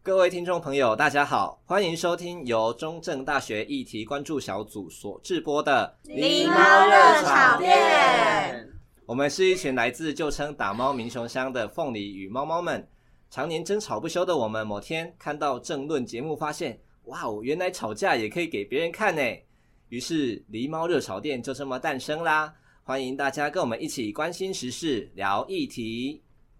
各位听众朋友大家好，欢迎收听由中正大学议题关注小组所制播的狸猫热炒店。 我们是一群来自旧称打猫民雄乡的凤梨与猫猫们，常年争吵不休的我们，某天看到政论节目发现，哇哦，原来吵架也可以给别人看耶，于是狸猫热炒店就这么诞生啦。欢迎大家跟我们一起关心时事，聊议题。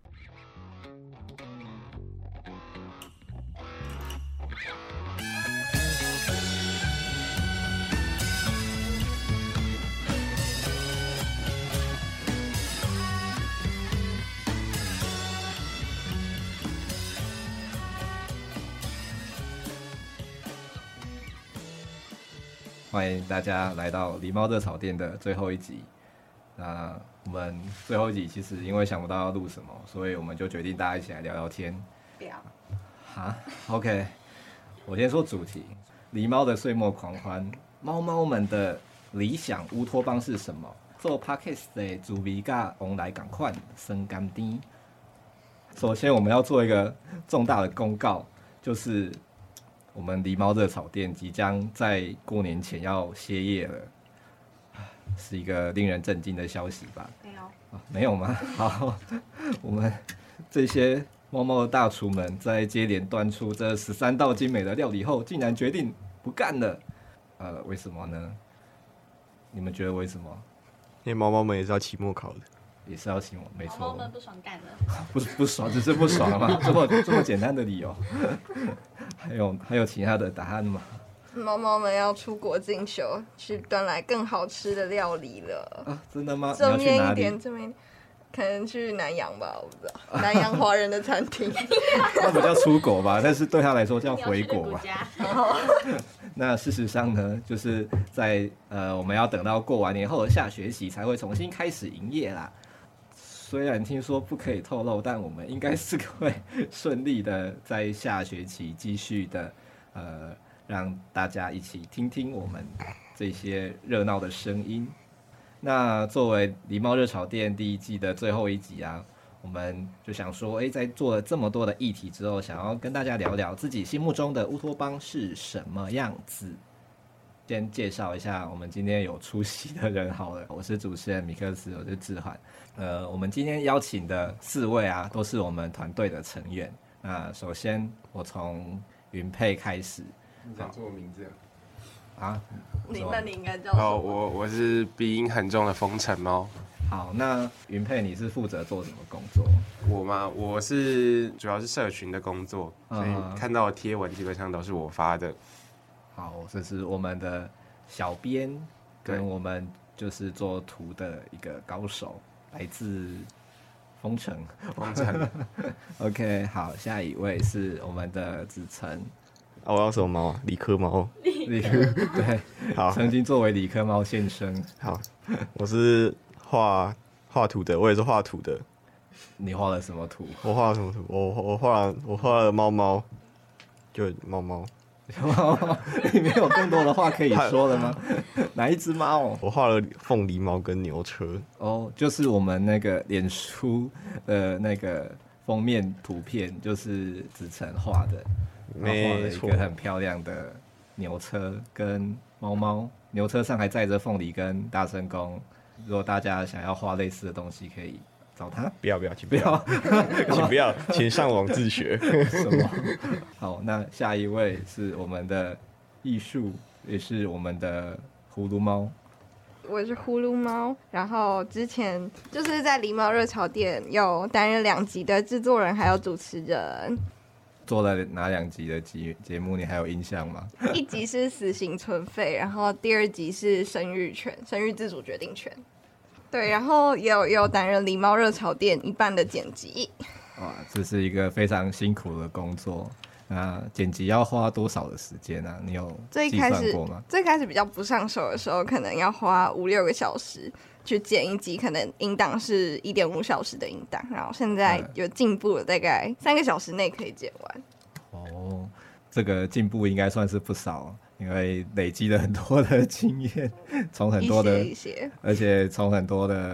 欢迎大家来到狸猫热炒店的最后一集。那我们最后一集其实因为想不到要录什么，所以我们就决定大家一起来聊聊天。 聊哈 OK， 我先说主题：狸猫的岁末狂欢，猫猫们的理想乌托邦是什么？做 Podcast 的主味甲往来赶快生甘甜。首先，我们要做一个重大的公告，就是我们狸猫热炒店即将在过年前要歇业了，是一个令人震惊的消息吧？ 没有、 没有吗？好，我们这些猫猫的大厨们在接连端出这13道精美的料理后，竟然决定不干了。为什么呢？你们觉得为什么？ 因为猫猫们也是要期末考的， 也是要期末，没错。 猫猫们不爽干了， 不爽，只是不爽嘛，这么简单的理由。还有其他的答案吗？ 猫猫们要出国进修，去端来更好吃的料理了。 啊，真的吗？ 正面一你要去哪点，正面一点，可能去南洋吧，我不知道。南洋华人的餐厅。 那不叫出国吧？但是对他来说叫回国吧。 吧。 那事实上呢，就是在我们要等到过完年后的下学期才会重新开始营业啦。虽然听说不可以透露，但我们应该是会顺利的在下学期继续的让大家一起听听我们这些热闹的声音。那作为狸猫热炒店第一季的最后一集啊，我们就想说，在做了这么多的议题之后，想要跟大家聊聊自己心目中的乌托邦是什么样子。先介绍一下我们今天有出席的人好了，我是主持人米克斯，我是志桓。我们今天邀请的4位啊，都是我们团队的成员。那首先我从云佩开始。 你讲错我名字啊？ 那你应该叫什么？ 我是鼻音很重的风尘猫。 好，那云佩你是负责做什么工作？ 我吗？我是主要是社群的工作，所以看到的贴文基本上都是我发的。 好，这是我们的小编，跟我们就是做图的一个高手，来自丰城。OK， 好，下一位是我们的子晨。 我要什么猫啊？理科猫。 理科对， 好， 曾经作为理科猫现身。 好，我是画图的，我也是画图的。 你画了什么图？ 我画了什么图？我画了猫猫，就猫猫。 你没有更多的话可以说了吗？哪一只猫？ 我画了凤梨猫跟牛车。 哦，就是我们那个脸书的那个封面图片，就是子晨画的。 没画了一个很漂亮的牛车跟猫猫，牛车上还载着凤梨跟大声公。如果大家想要画类似的东西，可以找他。 不要，请不要，请不要，请上网自学。 什么？好，那下一位是我们的艺术，也是我们的葫芦猫。 我是葫芦猫，然后之前就是在狸猫热炒店有担任2集的制作人，还有主持人。 做了哪2集的节目？你还有印象吗 ？1集是死刑存废，然后第2集是生育自主决定权。对，然后也有担任狸猫热炒店一半的剪辑。 哇，这是一个非常辛苦的工作。那剪辑要花多少的时间啊？你有计算过吗？ 最开始比较不上手的时候，可能要花5-6个小时去剪一集，可能音档是1.5小时的音档，然后现在有进步了，大概3个小时内可以剪完。 哦，这个进步应该算是不少，因为累积了很多的经验，从很多的一些， 而且从很多的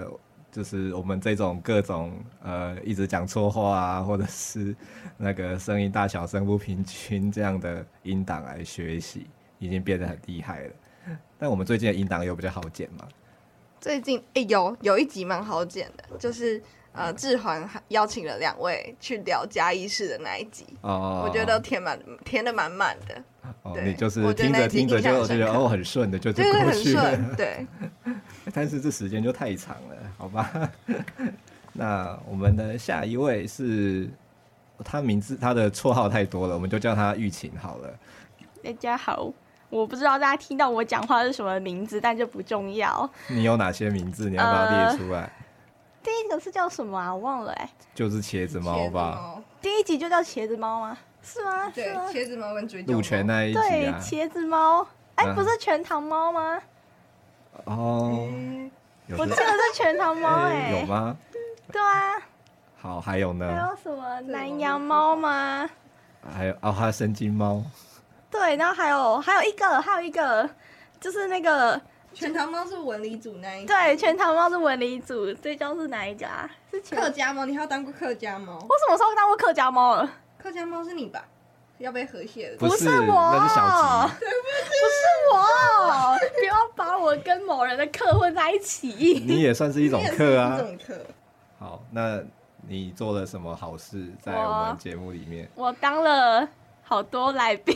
就是我们这种各种一直讲错话啊，或者是那个声音大小声不平均这样的音档来学习，已经变得很厉害了。但我们最近的音档有比较好剪吗？ 最近有一集蛮好剪的，就是志环邀请了2位去聊嘉义市的那一集，我觉得填的满满的。 你就是听着听着就觉得很顺的就过去了， 对。 但是这时间就太长了，好吧？那我们的下一位是他的绰号太多了，我们就叫他玉琴好了。 大家好，我不知道大家听到我讲话是什么名字，但这不重要。 你有哪些名字？你要不要列出来？ 第一个是叫什么啊？我忘了就是茄子猫吧。 第一集就叫茄子猫吗？是吗？ 对，茄子猫跟追鹿泉那一集对，茄子猫。不是全糖猫吗？ 哦， 我记得是全糖猫有吗？ 对啊。 好，还有呢？ 还有什么南洋猫吗？ 还有还有神经猫。 对，然后还有一个，就是那个全糖猫是文理组那一集。 对，全糖猫是文理组，这叫是哪一个啊？是客家猫，你还有当过客家猫？ 我什么时候当过客家猫了？ 客家猫是你吧？要被和谐的？ 不是我， 那是小吉。 对不是我，不要把我跟某人的课混在一起。 你也算是一种课啊。 一种课。 好，那你做了什么好事在我们节目里面？ 我当了好多来宾。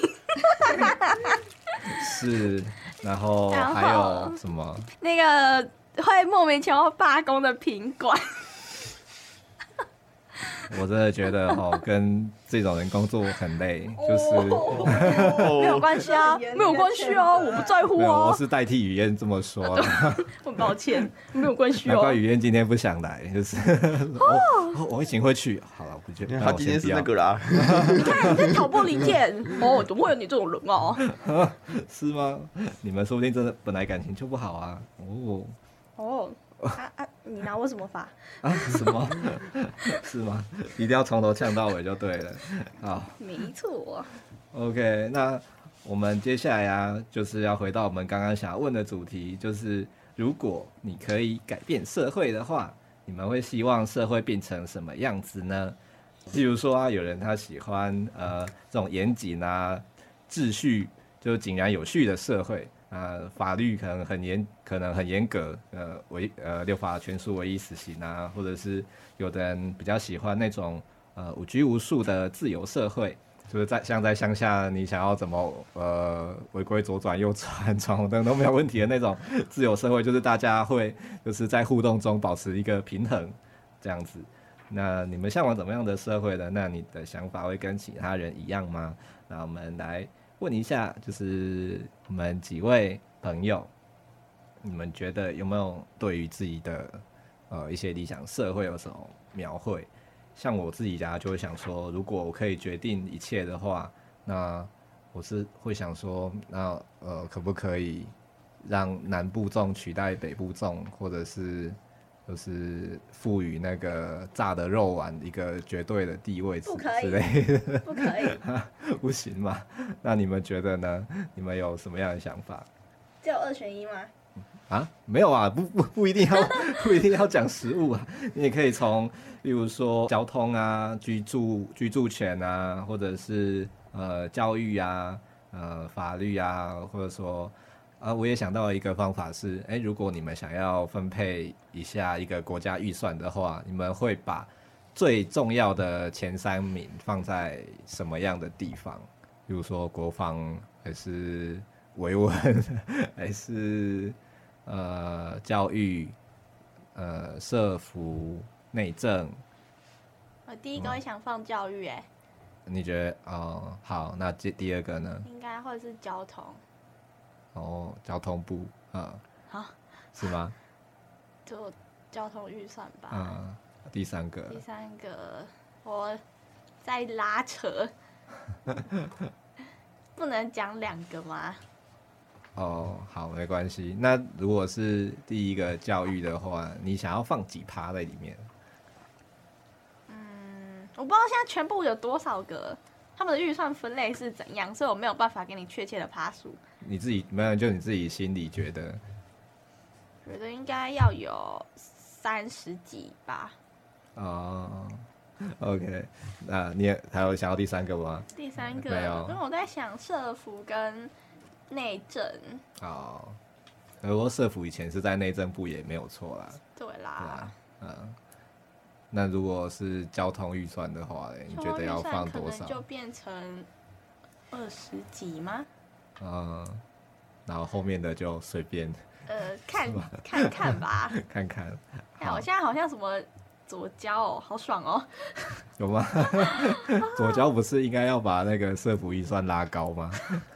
是，然后还有什么？ 那个会莫名其妙罢工的品管。 我真的觉得跟这种人工作很累，就是没有关系啊，没有关系啊，我不在乎啊。 我是代替雨燕这么说的。 很抱歉，没有关系哦。 难怪雨燕今天不想来，就是我一定会去。好了，我觉得他今天是那个啦。 你看你在挑拨离间怎么会有你这种人啊？ 是吗？你们说不定真的本来感情就不好啊。 你拿我什么法啊？什么？是吗？一定要从头呛到尾就对了。好， 没错。 OK， 那我们接下来啊，就是要回到我们刚刚想要问的主题，就是如果你可以改变社会的话，你们会希望社会变成什么样子呢？例如说啊，有人他喜欢这种严谨啊、秩序就井然有序的社会。法律可能很严格，六法全书唯一死刑啊，或者是有的人比较喜欢那种无拘无束的自由社会，就是像在乡下，你想要怎么违规左转右转闯红灯都没有问题的那种自由社会，就是大家会就是在互动中保持一个平衡这样子。那你们向往怎么样的社会呢？那你的想法会跟其他人一样吗？那我们来问一下，就是我们几位朋友，你们觉得有没有对于自己的一些理想社会有什么描绘？像我自己家就会想说，如果我可以决定一切的话，那我是会想说，那可不可以让南部粽取代北部粽，或者是就是赋予那个炸的肉丸一个绝对的地位之类的？ 不可以， 不行吗？那你们觉得呢？你们有什么样的想法？ 只有2选1吗？ 啊，没有啊，不一定要讲食物啊，你也可以从，例如说交通啊、居住权啊，或者是教育啊、法律啊，或者说我也想到一个方法是，如果你们想要分配一下一个国家预算的话，你们会把最重要的前3名放在什么样的地方？比如说国防，还是维稳，还是教育，社福、内政？ 我第一个会想放教育， 你觉得好，那第2个呢？ 应该会是交通。 交通部是吗？ 就交通预算吧。 第3个我在拉扯，不能讲2个吗？ 好，没关系。那如果是第1个教育的话，你想要放几%在里面？ 我不知道现在全部有多少个，他们的预算分类是怎样，所以我没有办法给你确切的趴数。 你自己没有，就你自己心里觉得应该要有 30几吧。 哦，OK， 那你还有想要第三个吗？ 第三个， 没有因为我在想社服跟内政。 哦，不过社服以前是在内政部也没有错啦。 对对啦啊，那如果是交通预算的话你觉得要放多少？ 可能就变成20几吗？ 然后后面的就随便看看吧。 看看。 哎，我现在好像什么左交哦，好爽哦。 有吗？左交不是应该要把那个社福预算拉高吗？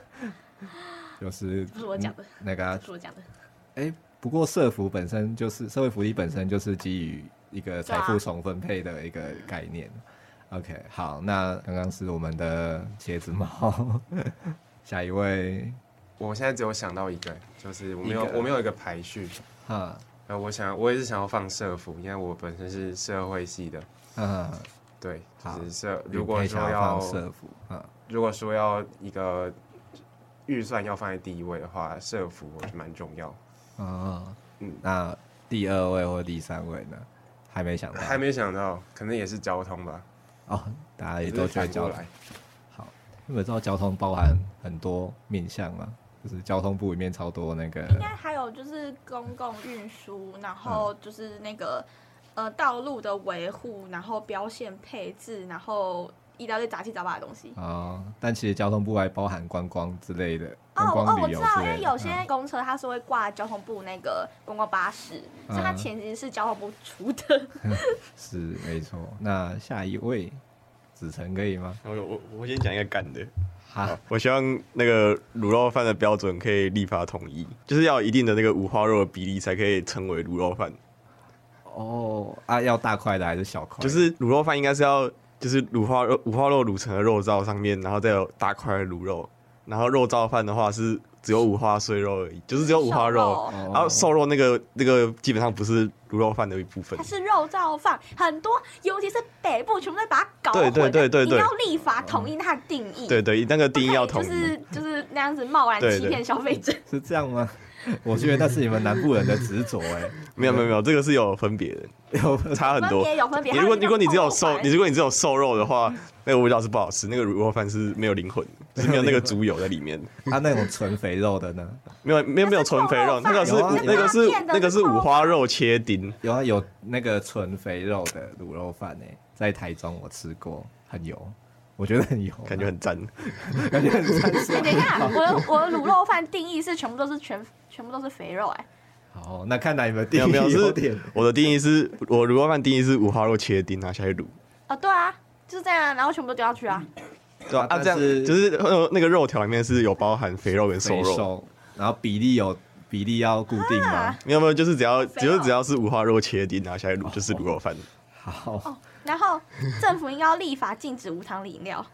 就是不是我讲的， 那个不是我讲的。 不过社福本身就是社会福利本身就是基于一个财富重分配的一个概念。OK， 好，那刚刚是我们的茄子猫，下一位。 我现在只有想到一个，就是我没有一个排序。我也是想要放社福，因为我本身是社会系的。对，就是如果说要社福， 如果说要一个预算要放在第一位的话，社福我觉得蛮重要。 那第二位或第三位呢？还没想到， 可能也是交通吧。 大家也都觉得交通好，因为知道交通包含很多面向嘛，就是交通部里面超多那个。 应该还有就是公共运输，然后就是那个道路的维护，然后标线配置，然后一大堆杂七杂八的东西。 但其实交通部还包含观光之类的，观光旅游之类的。 我知道，因为有些公车它是会挂交通部那个观光巴士，所以它钱其实是交通部出的。 是没错。那下一位子成可以吗？ 我先讲一个干的。 好， 我希望那个卤肉饭的标准可以立法统一，就是要有一定的那个五花肉的比例才可以称为卤肉饭。 要大块的还是小块？ 就是卤肉饭应该是要就是五花肉卤成的肉燥上面，然后再有大块的卤肉，然后肉燥饭的话是只有五花碎肉而已，就是只有五花肉，然后瘦肉那个基本上不是卤肉饭的一部分， 它是肉燥饭，很多尤其是北部全部都把它搞混， 对， 你要立法统一它的定义， 对，那个定义要统一， 就是那样子贸然欺骗消费者， 是这样吗？我觉得那是你们南部人的执着没有，这个是有分别的，差很多。 有分别。 如果你只有瘦肉的话，那个味道是不好吃，那个卤肉饭是没有灵魂，就是没有那个猪油在里面。 那种纯肥肉的呢？ 没有纯肥肉，那个是五花肉切丁。 有那个纯肥肉的卤肉饭在台中我吃过，很油。我觉得很油， 感觉很赞， 感觉很赞。 等一下，我的卤肉饭定义是全部都是肥肉好，那看来你们定义有点。 我的定义是我卤肉饭定义是五花肉切丁拿下去卤。 对啊，就是这样，然后全部都丢下去啊。 对啊，这样就是那个肉条里面是有包含肥肉跟瘦肉， 然后比例要固定吗？ 没有，就是只要是五花肉切丁拿下去卤就是卤肉饭。 好。 然后政府应该要立法禁止无糖饮料。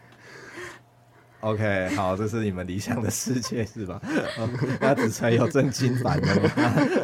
OK， 好，这是你们理想的世界是吧？那子成有正经版的吗？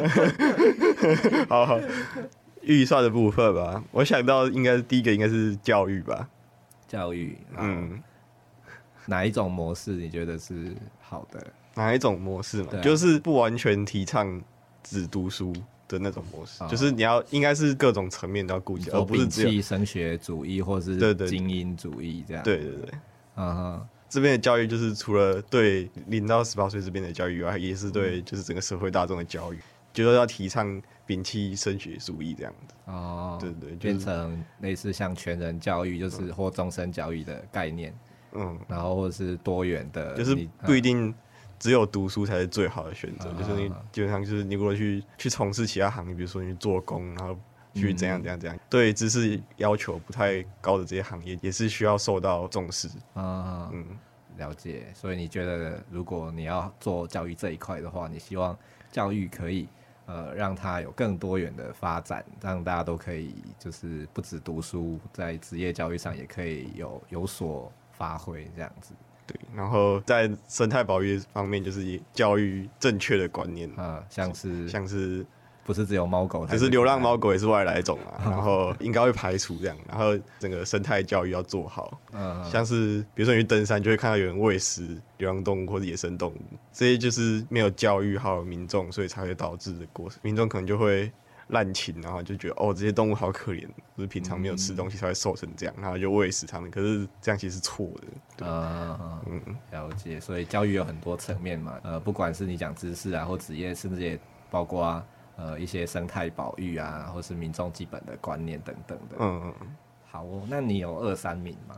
好，预算的部分吧，我想到第一个应该是教育吧。 教育，哪一种模式你觉得是好的？ 哪一种模式嘛？就是不完全提倡只读书的那种模式，就是你应该是各种层面都要顾及，而不是只有升学主义或是精英主义这样。 对，这边的教育就是除了对0到18岁这边的教育以外，也是对就是整个社会大众的教育，就是要提倡摒弃升学主义这样子。对， 变成类似像全人教育，就是或终身教育的概念。然后或者是多元的， 就是不一定只有读书才是最好的选择，就是你基本上就是你如果去从事其他行业，比如说你去做工，然后去怎样，对知识要求不太高的这些行业，也是需要受到重视。 了解。所以你觉得，如果你要做教育这一块的话，你希望教育可以让它有更多元的发展，让大家都可以就是不只读书，在职业教育上也可以有所发挥这样子。 对，然后在生态保育方面，就是教育正确的观念像是不是只有猫狗， 就是流浪猫狗也是外来种然后应该会排除这样，然后整个生态教育要做好。像是比如说你去登山，就会看到有人喂食流浪动物或者野生动物，这些就是没有教育好民众，所以才会导致的过程。民众可能就会滥情，然后就觉得这些动物好可怜，就是平常没有吃东西才会瘦成这样，然后就喂食它们。可是这样其实是错的。 了解。所以教育有很多层面嘛，不管是你讲知识啊，或职业，甚至也包括一些生态保育啊，或是民众基本的观念等等的。好那你有2、3名吗？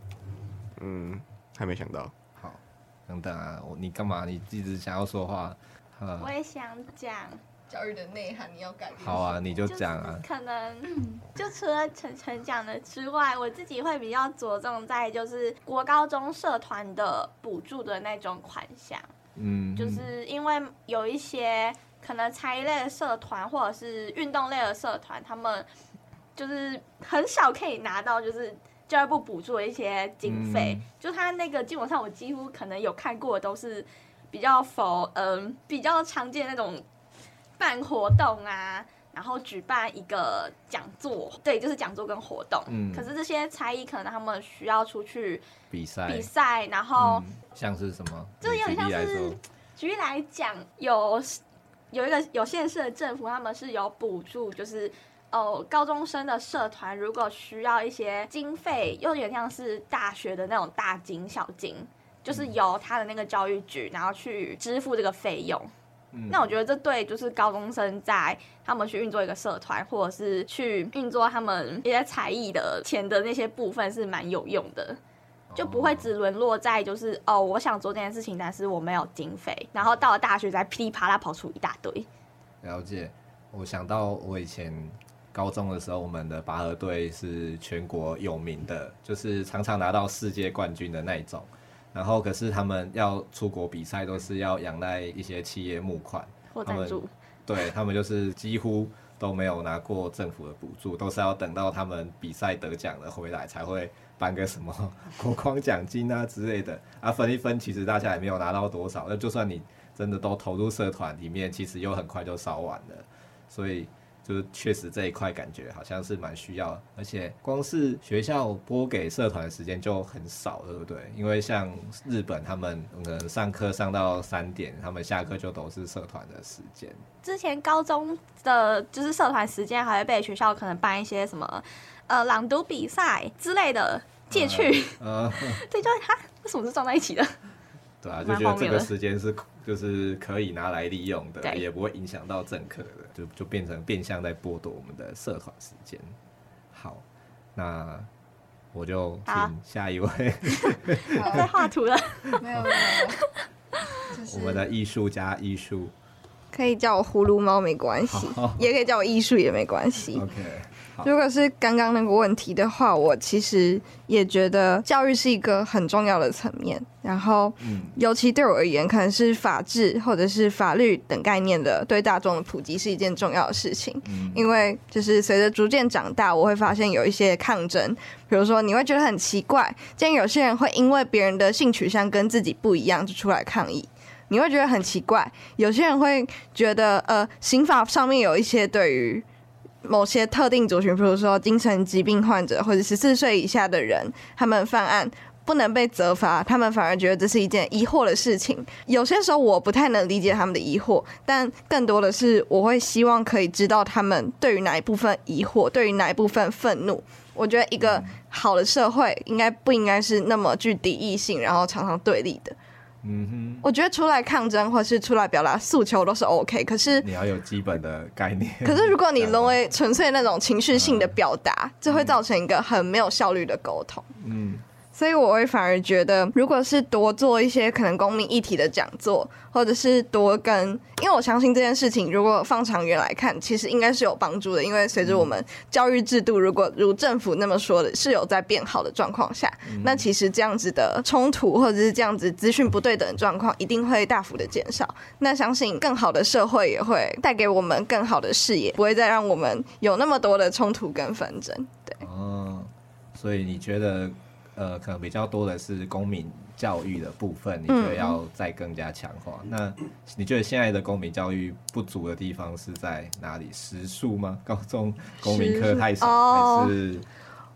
还没想到。 好，等等啊，你干嘛？你一直想要说话？ 我也想讲教育的内涵，你要改变。 好啊，你就讲啊。 可能就除了晨晨讲的之外，我自己会比较着重在就是国高中社团的补助的那种款项。就是因为有一些可能才艺类的社团或者是运动类的社团，他们就是很少可以拿到就是教育部补助的一些经费。就他那个基本上我几乎可能有看过的都是比较比较常见的那种办活动啊，然后举办一个讲座，对，就是讲座跟活动。可是这些才艺可能他们需要出去比赛，然后像是什么？ 就有点像是举例来讲，有一个有县市的政府，他们是有补助，就是高中生的社团如果需要一些经费，又有点像是大学的那种大金小金，就是由他的那个教育局然后去支付这个费用。那我觉得这对就是高中生在他们去运作一个社团，或者是去运作他们一些才艺的钱的那些部分是蛮有用的，就不会只沦落在就是我想做这件事情，但是我没有经费，然后到了大学再噼里啪啦跑出一大堆。 了解。我想到我以前高中的时候，我们的拔河队是全国有名的，就是常常拿到世界冠军的那一种。然后可是他们要出国比赛都是要仰赖一些企业募款或赞助， 对，他们就是几乎都没有拿过政府的补助，都是要等到他们比赛得奖了回来才会颁个什么国光奖金啊之类的啊，分一分其实大家也没有拿到多少，那就算你真的都投入社团里面，其实又很快就烧完了，所以就是确实这一块感觉好像是蛮需要，而且光是学校拨给社团的时间就很少，对不对？因为像日本他们可能上课上到3点，他们下课就都是社团的时间。 之前高中的就是社团时间还会被学校可能办一些什么朗读比赛之类的借去，对，就是他为什么是撞在一起的？ 对啊，就觉得这个时间是就是可以拿来利用的，也不会影响到正课的，就变成变相在剥夺我们的社团时间。好，那我就请下一位。 在画图了， 没有， 我们的艺术家艺术， 可以叫我葫芦猫没关系，也可以叫我艺术也没关系。 OK。 如果是刚刚那个问题的话，我其实也觉得教育是一个很重要的层面，然后尤其对我而言，可能是法治或者是法律等概念的对大众的普及是一件重要的事情。因为就是随着逐渐长大，我会发现有一些抗争，比如说你会觉得很奇怪，今天有些人会因为别人的性取向跟自己不一样就出来抗议，你会觉得很奇怪。有些人会觉得刑法上面有一些对于某些特定族群，比如说精神疾病患者或者14岁以下的人，他们犯案不能被责罚，他们反而觉得这是一件疑惑的事情。有些时候我不太能理解他们的疑惑，但更多的是我会希望可以知道他们对于哪一部分疑惑，对于哪一部分愤怒。我觉得一个好的社会不应该是那么具敌意性，然后常常对立的。我觉得出来抗争或是出来表达诉求都是 OK， 可是你要有基本的概念。 可是如果你沦为纯粹那种情绪性的表达，这会造成一个很没有效率的沟通。所以我会反而觉得，如果是多做一些可能公民议题的讲座，或者是多跟，因为我相信这件事情如果放长远来看，其实应该是有帮助的。因为随着我们教育制度如果如政府那么说的是有在变好的状况下，那其实这样子的冲突或者是这样子资讯不对等的状况一定会大幅的减少。那相信更好的社会也会带给我们更好的视野，不会再让我们有那么多的冲突跟纷争。对， 所以你觉得可能比较多的是公民教育的部分，你觉得要再更加强化。那你觉得现在的公民教育不足的地方是在哪里？时数吗？高中公民课太少，还是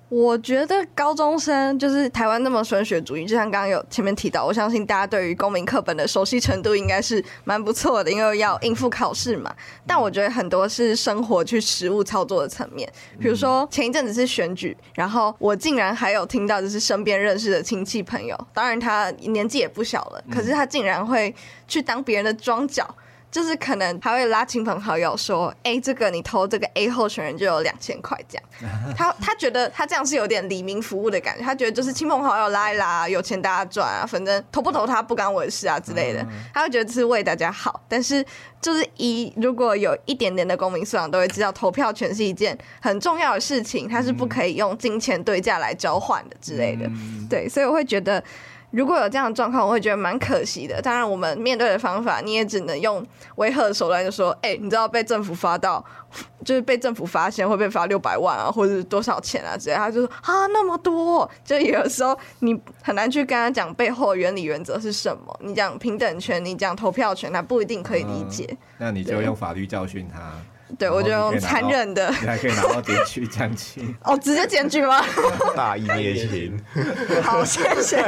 我觉得高中生就是台湾那么升学主义，就像刚刚有前面提到，我相信大家对于公民课本的熟悉程度应该是蛮不错的，因为要应付考试嘛。但我觉得很多是生活去实务操作的层面，比如说前一阵子是选举，然后我竟然还有听到就是身边认识的亲戚朋友，当然他年纪也不小了，可是他竟然会去当别人的庄脚。就是可能还会拉亲朋好友说，这个你投这个 A 候选人就有2000块这样。他觉得他这样是有点黎民服务的感觉，他觉得就是亲朋好友拉一拉，有钱大家赚啊，反正投不投他不干我的事啊之类的。他会觉得这是为大家好，但是就是如果有一点点的公民素养，都会知道投票权是一件很重要的事情，它是不可以用金钱对价来交换的之类的。对，所以我会觉得。如果有这样的状况，我会觉得蛮可惜的。当然，我们面对的方法，你也只能用威吓的手段，就说：“你知道被政府就是被政府发现会被罚600万啊，或者是多少钱啊之类的。”他就说：“啊，那么多！”就有时候你很难去跟他讲背后的原理原则是什么。你讲平等权，你讲投票权，他不一定可以理解。 那你就用法律教训他。 对，我就用残忍的， 你还可以拿到检举奖金。 直接检举吗？ 大义灭亲。 好，谢谢。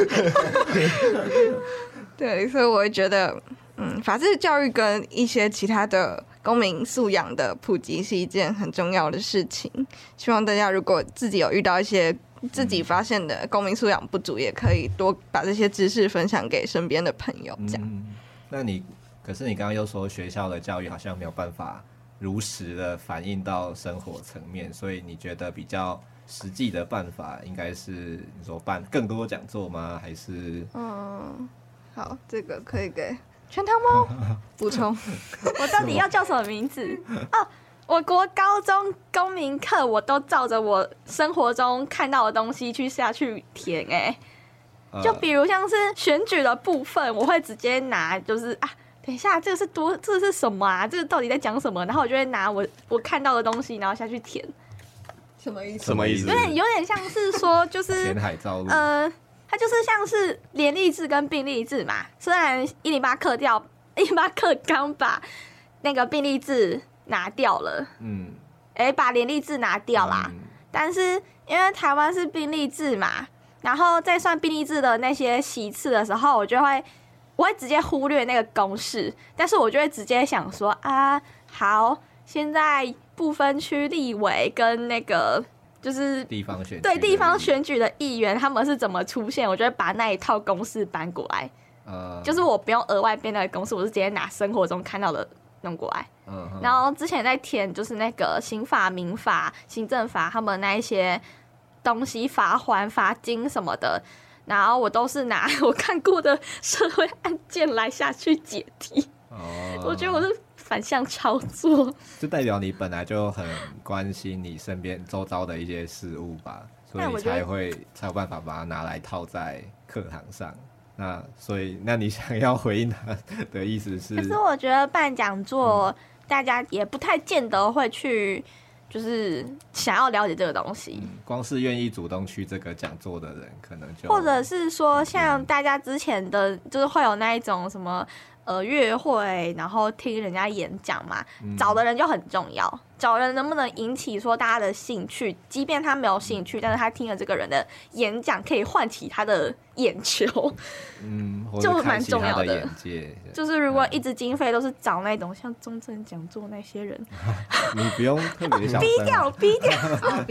对，所以我会觉得，法治教育跟一些其他的公民素养的普及是一件很重要的事情。希望大家如果自己有遇到一些自己发现的公民素养不足，也可以多把这些知识分享给身边的朋友。这样。 可是你刚刚又说学校的教育好像没有办法如实的反映到生活层面，所以你觉得比较实际的办法应该是你说办更多讲座吗？还是好，这个可以给全糖猫补充。 我到底要叫什么名字？我国高中公民课我都照着我生活中看到的东西下去填就比如像是选举的部分，我会直接拿就是等一下，这是什么啊？这个到底在讲什么？然后我就会拿我看到的东西，然后下去填。 什么意思？ 什么意思？ 有点像是说，就是填海造陆。 它就是像是联立制跟并立制嘛。虽然108课刚把那个并立制拿掉了，把联立制拿掉啦。但是因为台湾是并立制嘛，然后在算并立制的那些席次的时候，我会直接忽略那个公式，但是我就会直接想说好，现在不分区立委跟那个就是地方选举的议员他们是怎么出现，我就会把那一套公式搬过来。就是我不用额外编那个公式，我是直接拿生活中看到的弄过来。然后之前在填就是那个刑法、民法、行政法他们那一些东西，罚锾、罚金什么的。然后我都是拿我看过的社会案件来下去解题。我觉得我是反向操作， 就代表你本来就很关心你身边周遭的一些事物吧，所以才有办法把它拿来套在课堂上。那你想要回应他的意思是？可是我觉得办讲座，大家也不太见得会去。就是想要了解这个东西， 光是愿意主动去这个讲座的人，可能就或者是说，像大家之前的，就是会有那一种什么约会，然后听人家演讲嘛，找的人就很重要。找人能不能引起说大家的兴趣，即便他没有兴趣，但是他听了这个人的演讲，可以唤起他的眼球，就蛮重要的。就是如果一直经费都是找那种像中正讲座那些人， 你不用特别想逼掉， 好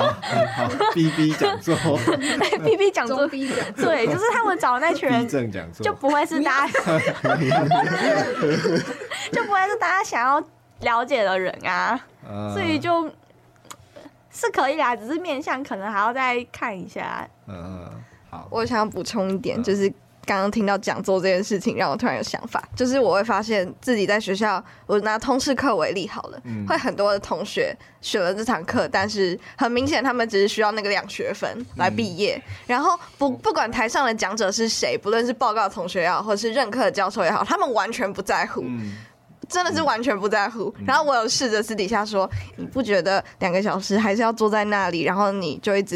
，BB 讲座 ，BB 讲座，对，就是他们找的那群人，就不会是大家，就不会是大家想要了解的人啊。所以就是可以啦，只是面向可能还要再看一下。 好， 我想要补充一点，就是刚刚听到讲座这件事情，让我突然有想法，就是我会发现自己在学校，我拿通识课为例好了，会很多的同学选了这堂课，但是很明显他们只是需要那个2学分来毕业，然后不管台上的讲者是谁，不论是报告同学也好，或是任课的教授也好，他们完全不在乎。真的是完全不在乎。然后我有试着私底下说，你不觉得2个小时还是要坐在那里，然后你就一直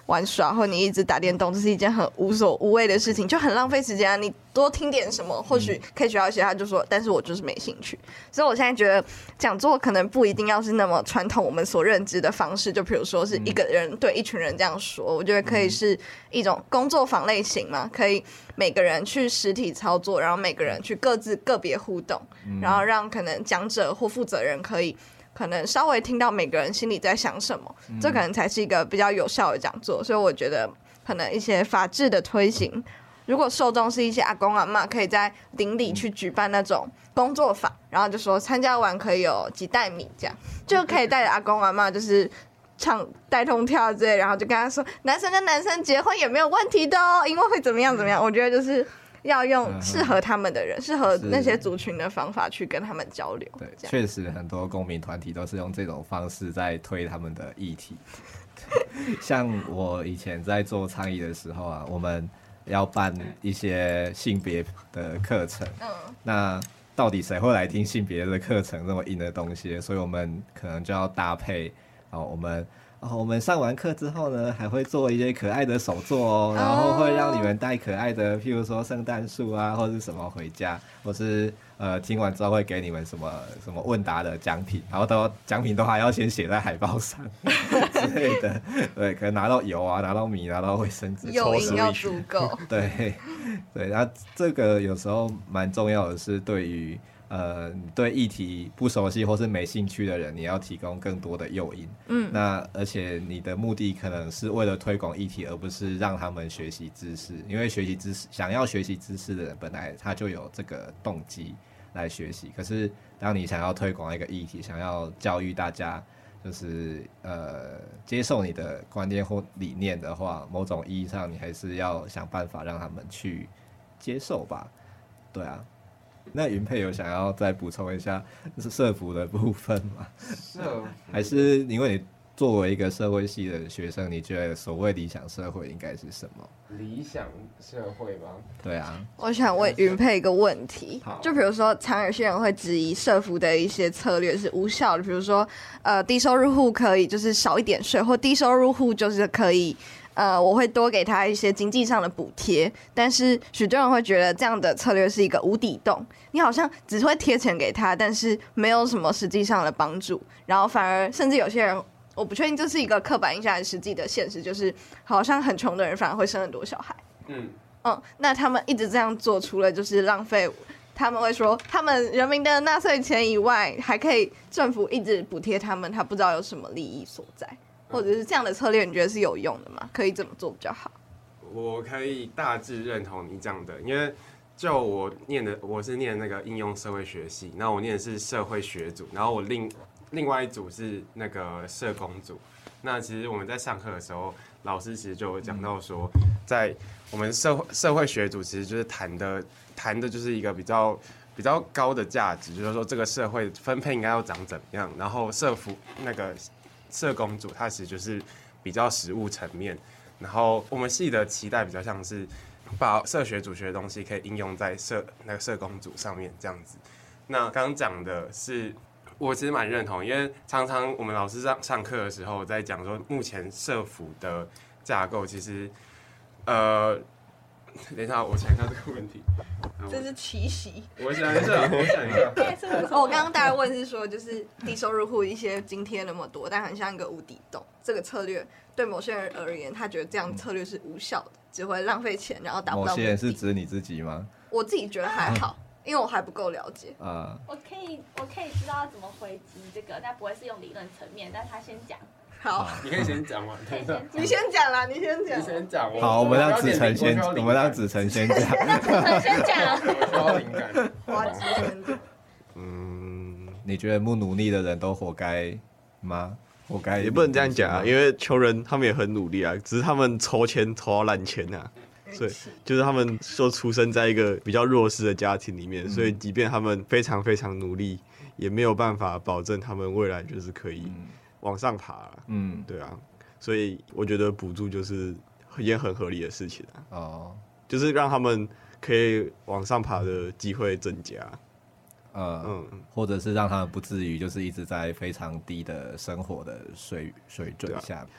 玩耍，或你一直打电动，这是一件很无所无谓的事情，就很浪费时间啊。你多听点什么，或许可以学到一些。他就说，但是我就是没兴趣。所以我现在觉得讲座可能不一定要是那么传统我们所认知的方式，就比如说是一个人对一群人这样说，我觉得可以是一种工作坊类型嘛，可以每个人去实体操作，然后每个人去各自个别互动，然后让可能讲者或负责人可能稍微听到每个人心里在想什么，这可能才是一个比较有效的讲座。所以我觉得可能一些法制的推行，如果受众是一些阿公阿嬷，可以在邻里去举办那种工作坊，然后就说参加完可以有几袋米，这样就可以带着阿公阿嬷就是唱带动跳之类，然后就跟他说男生跟男生结婚也没有问题的哦，因为会怎么样怎么样。我觉得就是要用适合他们的人，适合那些族群的方法去跟他们交流。 对，确实很多公民团体都是用这种方式在推他们的议题。像我以前在做倡议的时候啊，我们要办一些性别的课程，那到底谁会来听性别的课程这么硬的东西？所以我们可能就要搭配我们上完课之后呢，还会做一些可爱的手作哦，然后会让你们带可爱的，譬如说圣诞树啊，或者是什么回家，或是听完之后会给你们什么问答的奖品，然后奖品都还要先写在海报上之类的。对，可能拿到油啊，拿到米，拿到卫生纸， 诱因要足够。 对，然后这个有时候蛮重要的是对于。对议题不熟悉或是没兴趣的人，你要提供更多的诱因。那而且你的目的可能是为了推广议题，而不是让他们学习知识。因为想要学习知识的人，本来他就有这个动机来学习。可是当你想要推广一个议题，想要教育大家，就是接受你的观念或理念的话，某种意义上你还是要想办法让他们去接受吧。对啊。那云佩有想要再补充一下是社服的部分吗？还是因为你作为一个社会系的学生，你觉得所谓理想社会应该是什么？ 理想社会吗？ 对啊， 我想问云佩一个问题，就比如说常有些人会质疑社福的一些策略是无效的，比如说低收入户可以就是少一点税，或低收入户就是可以我会多给他一些经济上的补贴，但是许多人会觉得这样的策略是一个无底洞，你好像只会贴钱给他，但是没有什么实际上的帮助，然后反而甚至有些人，我不确定这是一个刻板印象还是实际的现实，就是好像很穷的人反而会生很多小孩。那他们一直这样做，除了就是浪费，他们会说他们人民的纳税钱以外，还可以政府一直补贴他们，他不知道有什么利益所在。或者是这样的策略，你觉得是有用的吗？可以怎么做比较好？ 我可以大致认同你讲的，因为就我是念那个应用社会学系，那我念的是社会学组，然后我另外一组是那个社工组。那其实我们在上课的时候，老师其实就有讲到说，在我们社会学组其实就是谈的就是一个比较高的价值，就是说这个社会分配应该要长怎么样，然后社工组它其实就是比较实务层面，然后我们系的期待比较像是把社学组学的东西可以应用在社工组上面这样子。那刚刚讲的是，我其实蛮认同，因为常常我们老师上课的时候在讲说，目前社福的架构其实，等一下，我想一下这个问题。 这是奇袭。 我想一下。 我刚刚大概问是说，就是低收入户一些津贴那么多，但很像一个无底洞。这个策略对某些人而言，他觉得这样策略是无效的，只会浪费钱，然后达不到目的。 某些人是指你自己吗？ 我自己觉得还好，因为我还不够了解。 我可以知道要怎么回击这个，但不会是用理论层面，但他先讲。 好， 你可以先讲嘛， 你先讲啦，你先讲。 好，我们让子晨先讲。 让子晨先讲。 我需要灵感。 花枝先讲。 你觉得不努力的人都活该吗？活该也不能这样讲啊，因为穷人他们也很努力啊，只是他们筹钱筹到烂钱啊。所以就是他们说出生在一个比较弱势的家庭里面，所以即便他们非常非常努力，也没有办法保证他们未来就是可以往上爬。对啊，所以我觉得补助就是一件很合理的事情啊。就是让他们可以往上爬的机会增加。 或者是让他们不至于就是一直在非常低的生活的水准下。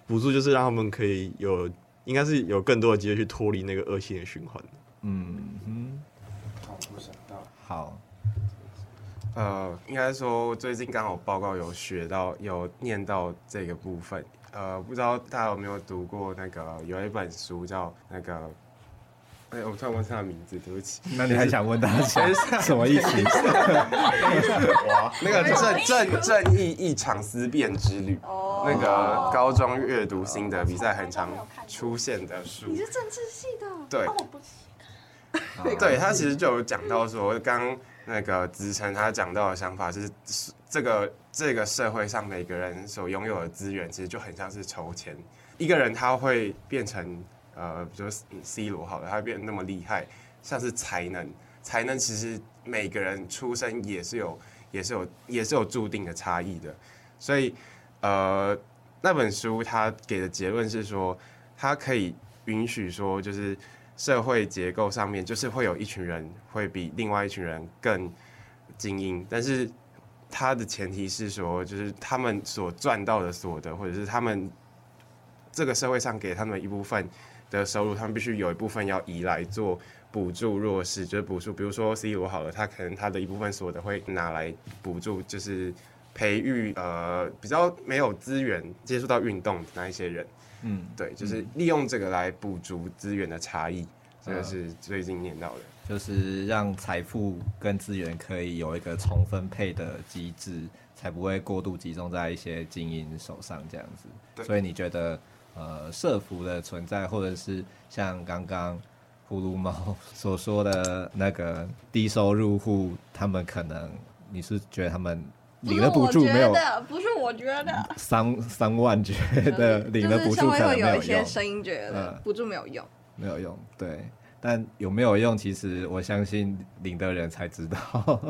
补助就是让他们可以应该是有更多的机会去脱离那个恶性的循环。 我想到好。 应该说最近刚好报告有念到这个部分，不知道大家有没有读过那个有一本书叫那个，我突然忘记他的名字，对不起。 那你还想问他什么意思？ 哇，那个正义一场思辨之旅，那个高中阅读心得比赛很常出现的书。 你是政治系的？ 对， 我不是。 对，他其实就有讲到说，刚那个子晨他讲到的想法是，这个社会上每个人所拥有的资源，其实就很像是筹钱。一个人他会变成比如说 C 罗好了，他会变得那么厉害，像是才能其实每个人出生也是有注定的差异的。所以那本书他给的结论是说，他可以允许说，就是社会结构上面就是会有一群人会比另外一群人更精英，但是他的前提是说，就是他们所赚到的所得，或者是他们这个社会上给他们一部分的收入，他们必须有一部分要移来做补助弱势，就是补助，比如说 C 罗好了，他可能他的一部分所得会拿来补助，就是培育比较没有资源接触到运动的那一些人。对，就是利用这个来补足资源的差异，这个是最近念到的， 就是让财富跟资源可以有一个重分配的机制，才不会过度集中在一些精英手上这样子。所以你觉得社福的存在，或者是像刚刚葫芦猫所说的那个低收入户，他们可能你是觉得他们领了补助没有？ 不是我觉得， 三万觉得领了补助可能没有用。 有一些声音觉得补助没有用， 没有用，对。但有没有用，其实我相信领的人才知道。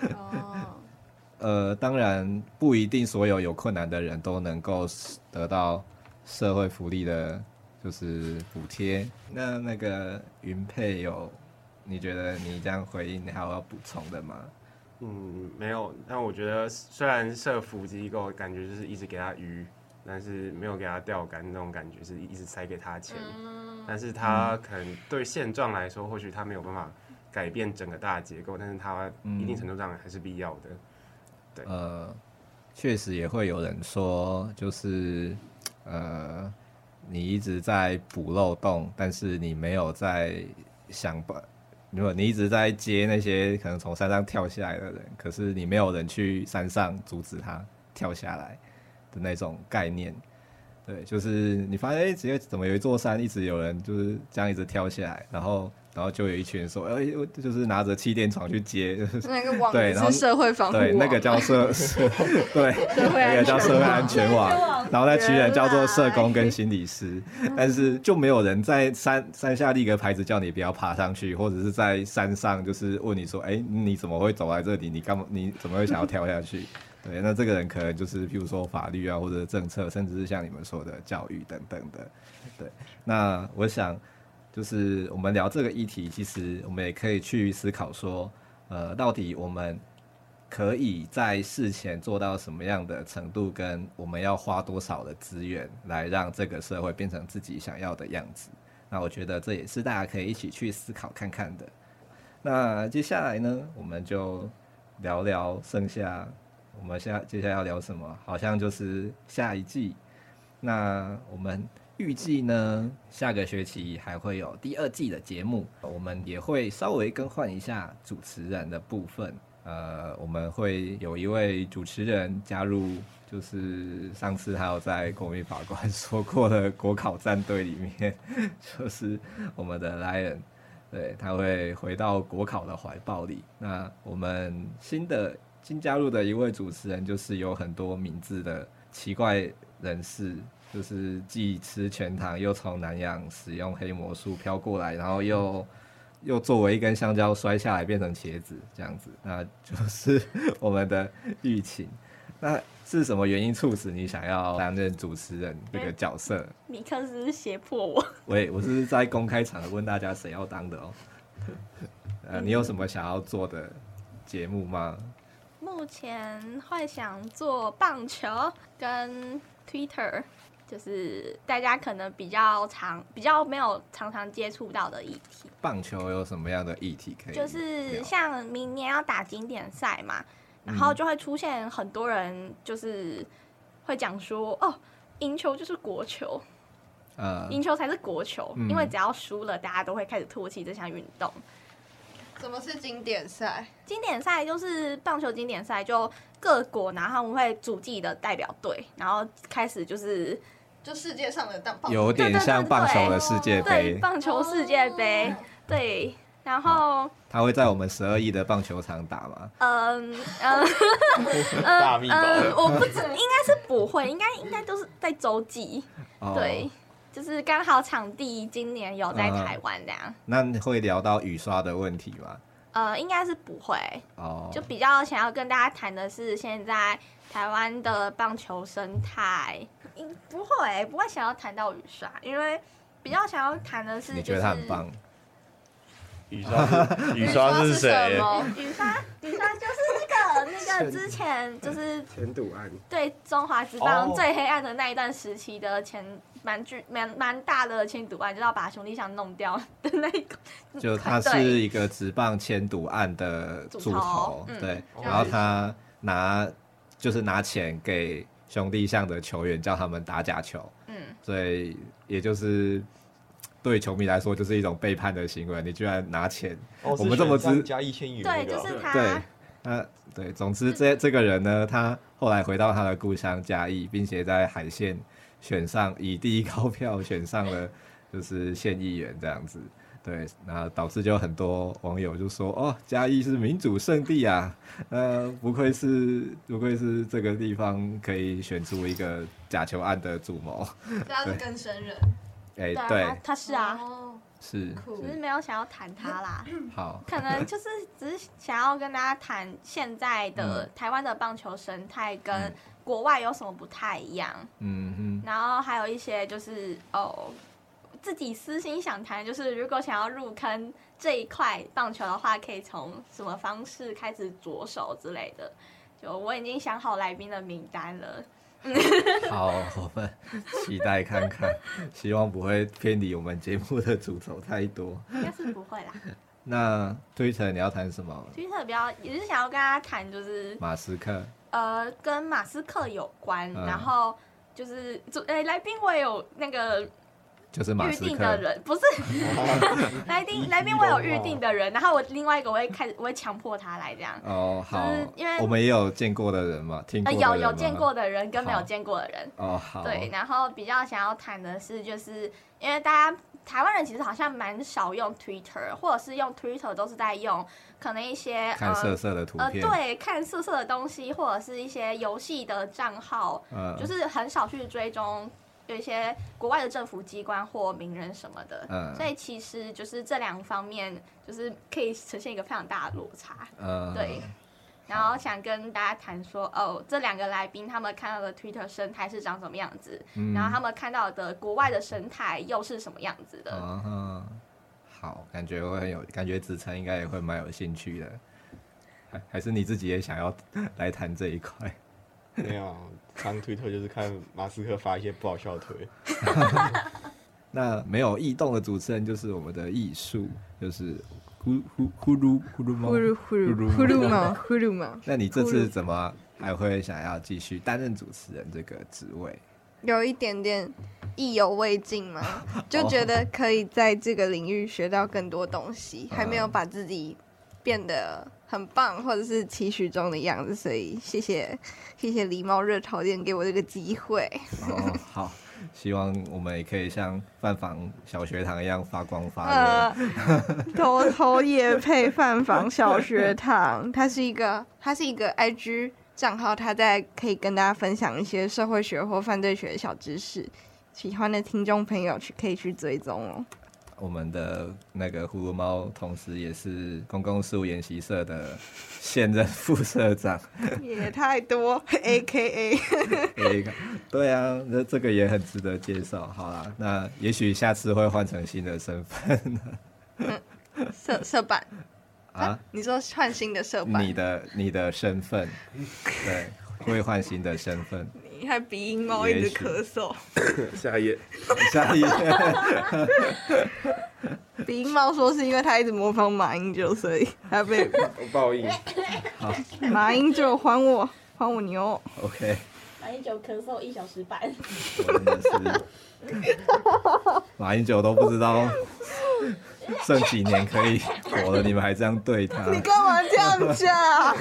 当然不一定所有困难的人都能够得到社会福利的，就是补贴。那个云佩你觉得你这样回应，你还有要补充的吗？ 没有。但我觉得虽然社福机构感觉就是一直给他鱼，但是没有给他钓竿那种感觉，是一直塞给他钱。但是他可能对现状来说，或许他没有办法改变整个大结构，但是他一定程度上还是必要的。对， 确实也会有人说，就是你一直在补漏洞，但是你没有在如果你一直在接那些可能从山上跳下来的人，可是你没有人去山上阻止他跳下来的那种概念。对，就是你发现直接怎么有一座山一直有人就是这样一直跳下来，然后就有一群人说，就是拿着气垫床去接， 那个网是社会防护网， 对，那个叫对，那个叫社会安全网，然后那群人叫做社工跟心理师，但是就没有人在山下立个牌子叫你不要爬上去，或者是在山上就是问你说，你怎么会走来这里？你怎么会想要跳下去？对，那这个人可能就是譬如说法律啊，或者政策，甚至是像你们说的教育等等的。对，那我想就是我们聊这个议题，其实我们也可以去思考说，到底我们可以在事前做到什么样的程度，跟我们要花多少的资源来让这个社会变成自己想要的样子。那我觉得这也是大家可以一起去思考看看的。那接下来呢，我们就聊聊剩下。我们接下来要聊什么？好像就是下一季。那我们预计呢，下个学期还会有第2季的节目，我们也会稍微更换一下主持人的部分。我们会有一位主持人加入，就是上次还有在国民法官说过的国考战队里面，就是我们的 Lion。对，他会回到国考的怀抱里。那我们新加入的一位主持人，就是有很多名字的奇怪人士，就是既吃全糖，又从南洋使用黑魔术飘过来，然后又作为一根香蕉摔下来变成茄子这样子，那就是我们的玉琴。那是什么原因促使你想要担任主持人这个角色？ 尼克斯胁迫我。 我是在公开场合问大家谁要当的哦。你有什么想要做的节目吗？ 目前会想做棒球跟 Twitter， 就是大家可能比较没有常常接触到的议题。 棒球有什么样的议题可以？ 就是像明年要打经典赛嘛，然后就会出现很多人就是会讲说，哦，赢球就是国球，赢球才是国球，因为只要输了，大家都会开始唾弃这项运动。 什么是经典赛？ 经典赛就是棒球经典赛，就各国然后他们会组自己的代表队，然后开始就世界上的棒球， 有点像棒球的世界杯， 对，棒球世界杯，对，然后他会在我们12亿的棒球场打吗？ 大秘宝， 我不知，应该是不会，应该都是在洲际，对。就是刚好场地今年有在台湾这样。 那会聊到雨刷的问题吗？ 应该是不会。就比较想要跟大家谈的是现在台湾的棒球生态。不会想要谈到雨刷，因为比较想要谈的是， 你觉得他很棒？ 雨刷是谁？ 雨刷就是那个之前就是前赌案， 对中华职棒最黑暗的那一段时期的蛮大的签赌案，就是要把兄弟象弄掉的那一个。 就他是一个职棒签赌案的主头，对，然后他拿钱给兄弟象的球员，叫他们打假球，所以也就是对球迷来说就是一种背叛的行为。你居然拿钱，我们这么加1000元， 对，就是他， 对，总之这个人呢，他后来回到他的故乡嘉义，并且在海线以第一高票选上了就是县议员这样子。对，那导致就很多网友就说，哦，嘉义是民主圣地啊，不愧是这个地方可以选出一个假球案的主谋。 他是更生人。 对， 他是啊， 是， 只是没有想要谈他啦。 好， 可能就是只是想要跟大家谈现在的台湾的棒球生态跟国外有什么不太一样。然后还有一些就是自己私心想谈，就是如果想要入坑这一块棒球的话，可以从什么方式开始着手之类的。就我已经想好来宾的名单了。 好，我们期待看看，希望不会偏离我们节目的主轴太多。 应该是不会啦。 那Twitter你要谈什么 ？Twitter 也是想要跟大家谈，就是马斯克， 跟马斯克有关，然后就是来宾我也有那个。 就是马斯克预定的人不是来宾我有预定的人，然后我另外一个我会强迫他来这样。 好， 就是因为我们也有见过的人嘛，听过的人吗？ 有见过的人跟没有见过的人。 好。 对，然后比较想要谈的是，就是因为大家台湾人其实好像蛮少用 Twitter， 或者是用 Twitter 都是在用可能一些看色色的图片， 对，看色色的东西，或者是一些游戏的账号，就是很少去追踪。有一些国外的政府机关或名人什么的，所以其实就是这两方面就是可以呈现一个非常大的落差。对。然后想跟大家谈说，这两个来宾他们看到的 Twitter 生态是长什么样子，然后他们看到的国外的生态又是什么样子的。 好，感觉会感觉子晨应该也会蛮有兴趣的，还是你自己也想要来谈这一块？ 没有，看推特就是看马斯克发一些不好笑的推。 那没有异动的主持人就是我们的艺术，就是呼噜猫。那你这次怎么还会想要继续担任主持人这个职位？ 有一点点意犹未尽嘛，就觉得可以在这个领域学到更多东西，还没有把自己变得很棒，或者是期许中的样子，所以谢谢狸猫热炒店给我这个机会。 好，希望我们也可以像饭坊小学堂一样发光发热。偷业配饭坊小学堂，它是一个 IG 账号，它可以跟大家分享一些社会学或犯罪学的小知识，喜欢的听众朋友可以去追踪哦。 我们的那个葫芦猫，同时也是公共事务研习社的现任副社长， 也太多 AKA 对啊，这个也很值得介绍。好啦，那也许下次会换成新的身份社办啊？ 你说换新的社办？ 你的身份，对，会换新的身份。 你还鼻音猫一直咳嗽。 下一页， 下一页。 鼻音猫说是因为他一直模仿马英九，所以他被报应。 好， 马英九还我牛。 OK。 马英九咳嗽1小时半。 真的是，马英九都不知道剩几年可以活了，你们还这样对他？ 你干嘛这样讲？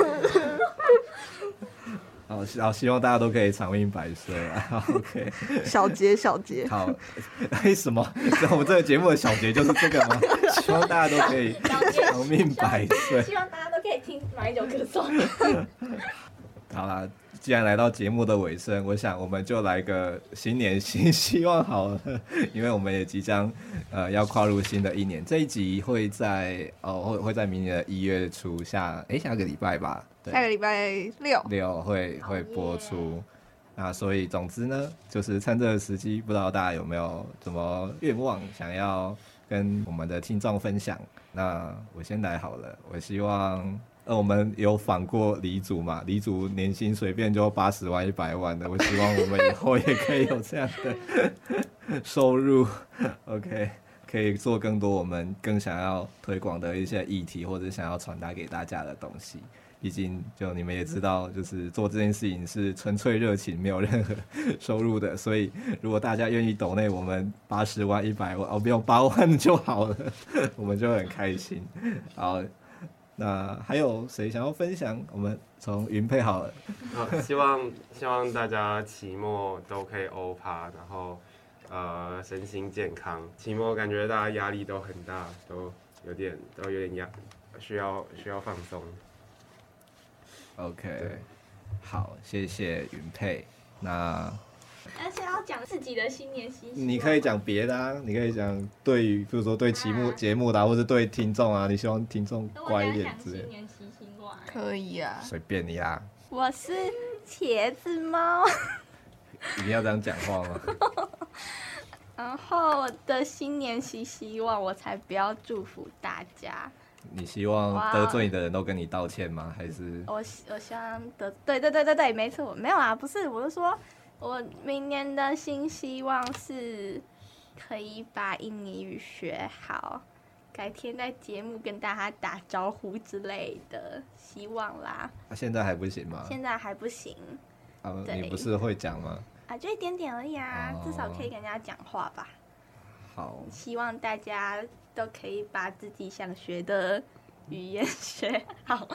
好，希望大家都可以长命百岁啊 ！OK， 小节。 好，为什么我们这个节目的小节就是这个吗？希望大家都可以长命百岁。 希望大家都可以听马英九咳嗽。 好啦，既然来到节目的尾声，我想我们就来个新年新希望好了，因为我们也即将要跨入新的一年。这一集会在会在明年的1月初下个礼拜吧，对， 下个礼拜6 会播出。那所以总之呢，就是趁这个时机，不知道大家有没有什么愿望想要跟我们的听众分享？那我先来好了，我希望。我们有访过李主嘛？李主年薪随便就80万、100万的，我希望我们以后也可以有这样的收入。OK， 可以做更多我们更想要推广的一些议题，或者想要传达给大家的东西。毕竟，就你们也知道，就是做这件事情是纯粹热情，没有任何收入的。所以，如果大家愿意抖内我们80万、100万，不用8万就好了，我们就很开心。好。那还有谁想要分享？我们从云配好了。 希望大家期末都可以欧趴，然后身心健康。期末感觉大家压力都很大，都有点需要放松。 OK， 好，谢谢云配。那而且要讲自己的新年新希望。 你可以讲别的啊，你可以讲对于，比如说对节目的、或是对听众啊，你希望听众乖一点之类的。 新年新希望。 可以啊， 随便你啦。 我是茄子猫。 一定要这样讲话吗？ 然后我的新年新希望，我才不要祝福大家。 你希望得罪你的人都跟你道歉吗？还是我希望对，没错，没有啊，不是，我是说。我明年的新希望是可以把印尼语学好，改天在节目跟大家打招呼之类的，希望啦。 现在还不行吗？ 现在还不行。 你不是会讲吗？ 就一点点而已啊，至少可以跟人家讲话吧。 好。 希望大家都可以把自己想学的语言学好。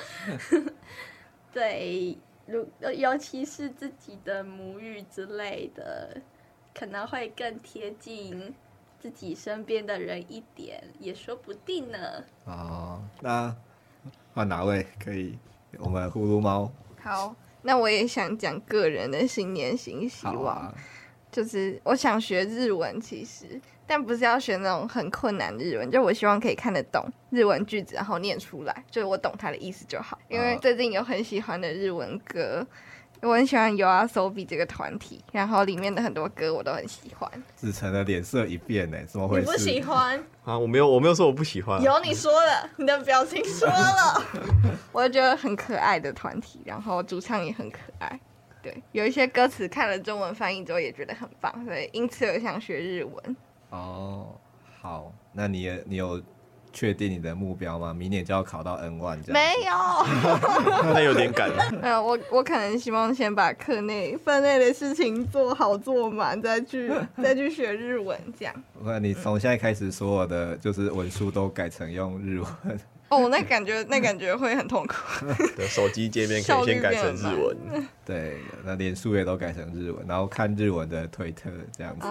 对。尤其是自己的母语之类的，可能会更贴近自己身边的人一点，也说不定呢。 那换哪位可以？我们呼噜猫。 好，那我也想讲个人的新年新希望，就是我想学日文，其实但不是要学那种很困难的日文，就我希望可以看得懂日文句子，然后念出来，就是我懂它的意思就好。因为最近有很喜欢的日文歌，我很喜欢 YOASOBI 这个团体，然后里面的很多歌我都很喜欢。 子晨的脸色一变呢，怎么回事？ 你不喜欢啊？我没有说我不喜欢。 有你说了，你的表情说了。我就觉得很可爱的团体，然后主唱也很可爱。对，有一些歌词看了中文翻译之后也觉得很棒，所以因此我想学日文。 好，那你有确定你的目标吗？明年就要考到 N1 这样？ 没有， 那有点赶。 我可能希望先把课内分内的事情做好做满，再去学日文这样。 你从现在开始，所有的就是文书都改成用日文。 那感觉会很痛苦。 手机界面可以先改成日文。 对，那脸书也都改成日文，然后看日文的推特这样子。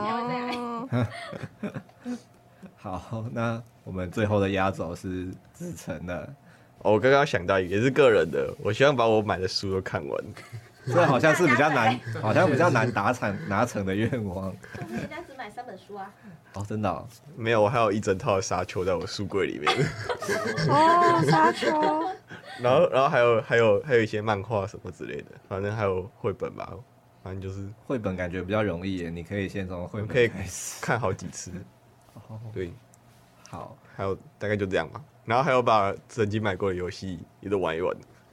好，那我们最后的压轴是子晨的。 我刚刚想到也是个人的，我希望把我买的书都看完。 这好像是比较难达成的愿望。 人家只买3本书啊。 真的没有，我还有一整套的沙丘在我书柜里面。 沙丘。 然后还有一些漫画什么之类的，反正还有绘本吧，反正就是绘本感觉比较容易耶，你可以先从绘本开始看好几次。对， 好， 还有大概就这样吧。然后还有把曾经买过的游戏也都玩一玩。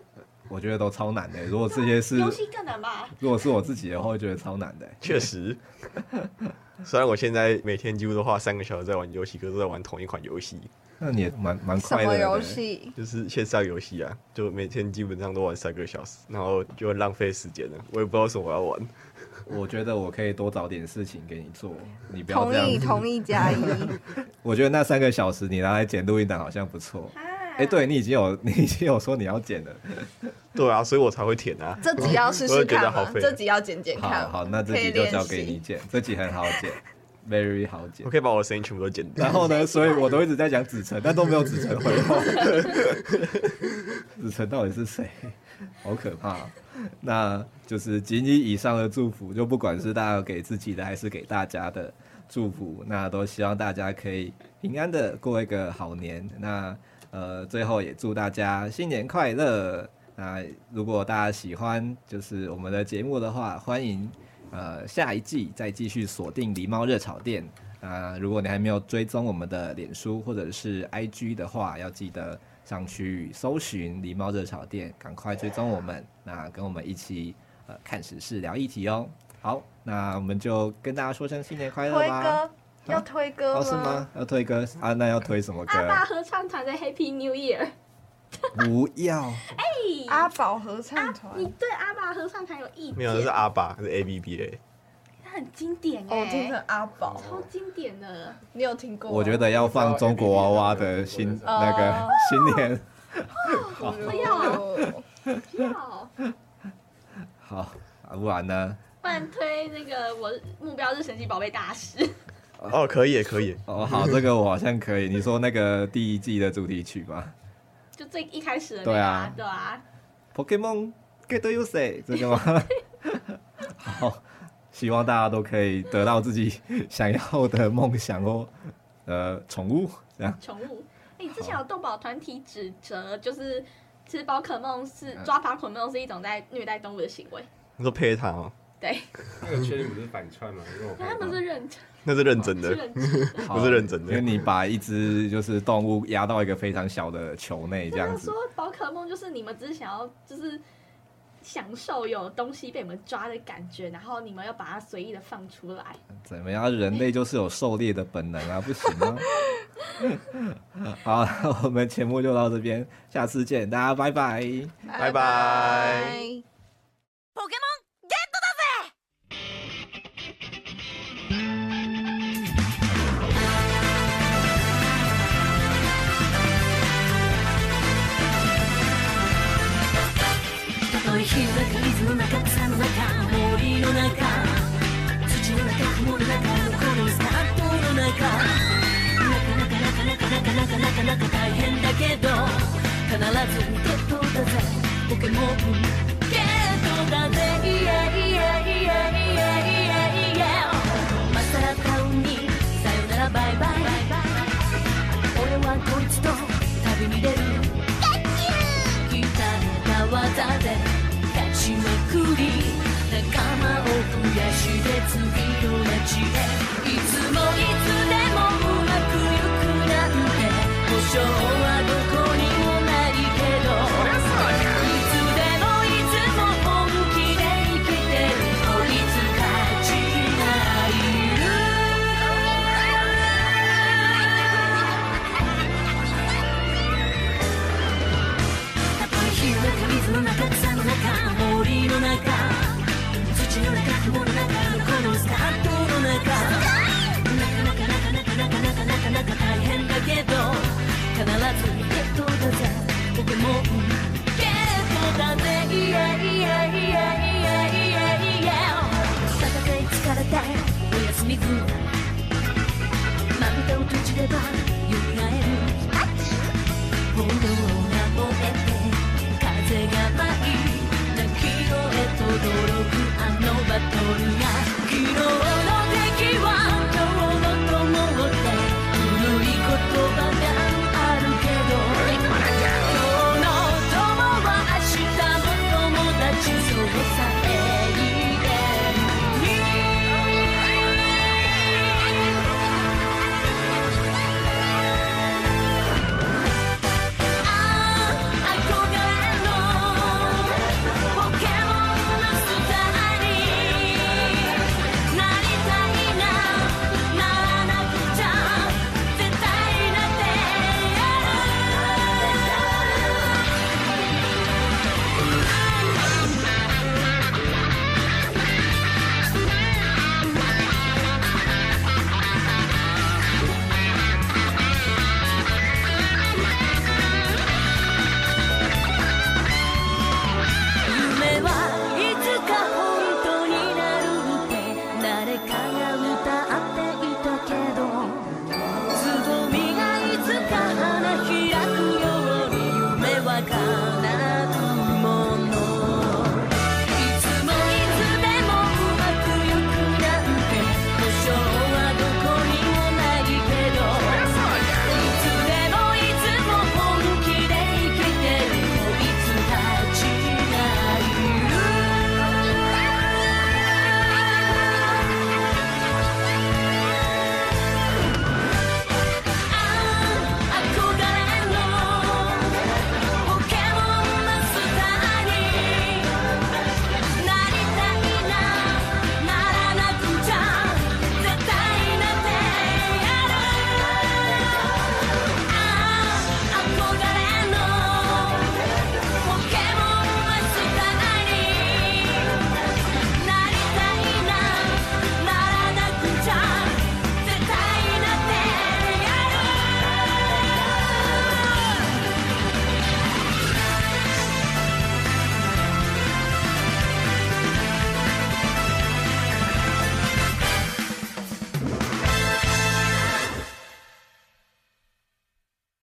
我觉得都超难的。如果这些是游戏更难吧？ 如果是我自己的话，会觉得超难的。 确实，虽然我现在每天几乎都花3个小时在玩游戏，可是都在玩同一款游戏。 那你也蛮快乐的。 什么游戏？ 就是线上游戏啊，就每天基本上都玩3个小时，然后就很浪费时间了。我也不知道为什么我要玩。 我觉得我可以多找点事情给你做，你不要这样子。 同意加一。 我觉得那3个小时你拿来剪录音档好像不错。对，你已经有说你要剪了。 对啊，所以我才会填啊。 这集要试试看吗？这集要剪看。 好，那这集就交给你剪，这集很好剪。Very 好剪， 我可以把我的声音全部都剪掉。 然后呢，所以我都一直在讲子晨，但都没有子晨回话。子晨到底是谁？好可怕。那就是仅以上的祝福，就不管是大家给自己的还是给大家的祝福，那都希望大家可以平安的过一个好年。那最后也祝大家新年快乐。那如果大家喜欢就是我们的节目的话，欢迎下一季再继续锁定狸猫热炒店。如果你还没有追踪我们的脸书或者是 IG 的话，要记得上去搜寻狸猫热炒店，赶快追踪我们，那跟我们一起看时事聊议题哦。好，那我们就跟大家说声新年快乐吧。 推歌要推歌吗？ 是吗？要推歌啊？那要推什么歌？ 阿爸合唱团的 Happy New Year。 不要。 阿宝合唱团， 你对阿爸合唱团有意见？ 没有，那是阿爸，是 ABBA。 它很经典哦，听成阿宝， 超经典的。 你有听过？ 我觉得要放中国娃娃的那个新年。 不要。 好，不然呢？ 不然推那个我目标是神奇宝贝大师。 哦，可以。 好，这个我好像可以。你说那个第1季的主题曲吗？ 就最一开始的对啊。 Pokemon Get Use 这个吗？好，希望大家都可以得到自己想要的梦想哦。宠物这样。 宠物，之前有动保团体指责，就是其实宝可梦是抓宝可梦是一种在虐待动物的行为。 你说配它哦？ 对。 那个确定不是反串吗？因为他们是认真。 那是认真的，不是认真的。 因为你把一只就是动物压到一个非常小的球内，这样子。 说宝可梦就是你们只是想要就是享受有东西被你们抓的感觉，然后你们要把它随意的放出来。 怎么样？人类就是有狩猎的本能啊，不行吗？好，我们节目就到这边，下次见，大家拜拜， 拜拜。 Pokémon Get だぜ！たとえ火の中、水の中、草の中、森の中、土の中、雲の中、このスタートの中、なかなか大変だけど、必ずゲットだぜ、ポケモンゲットだぜ、マサラタウンにさよならバイバイ、俺はこいつと旅に出る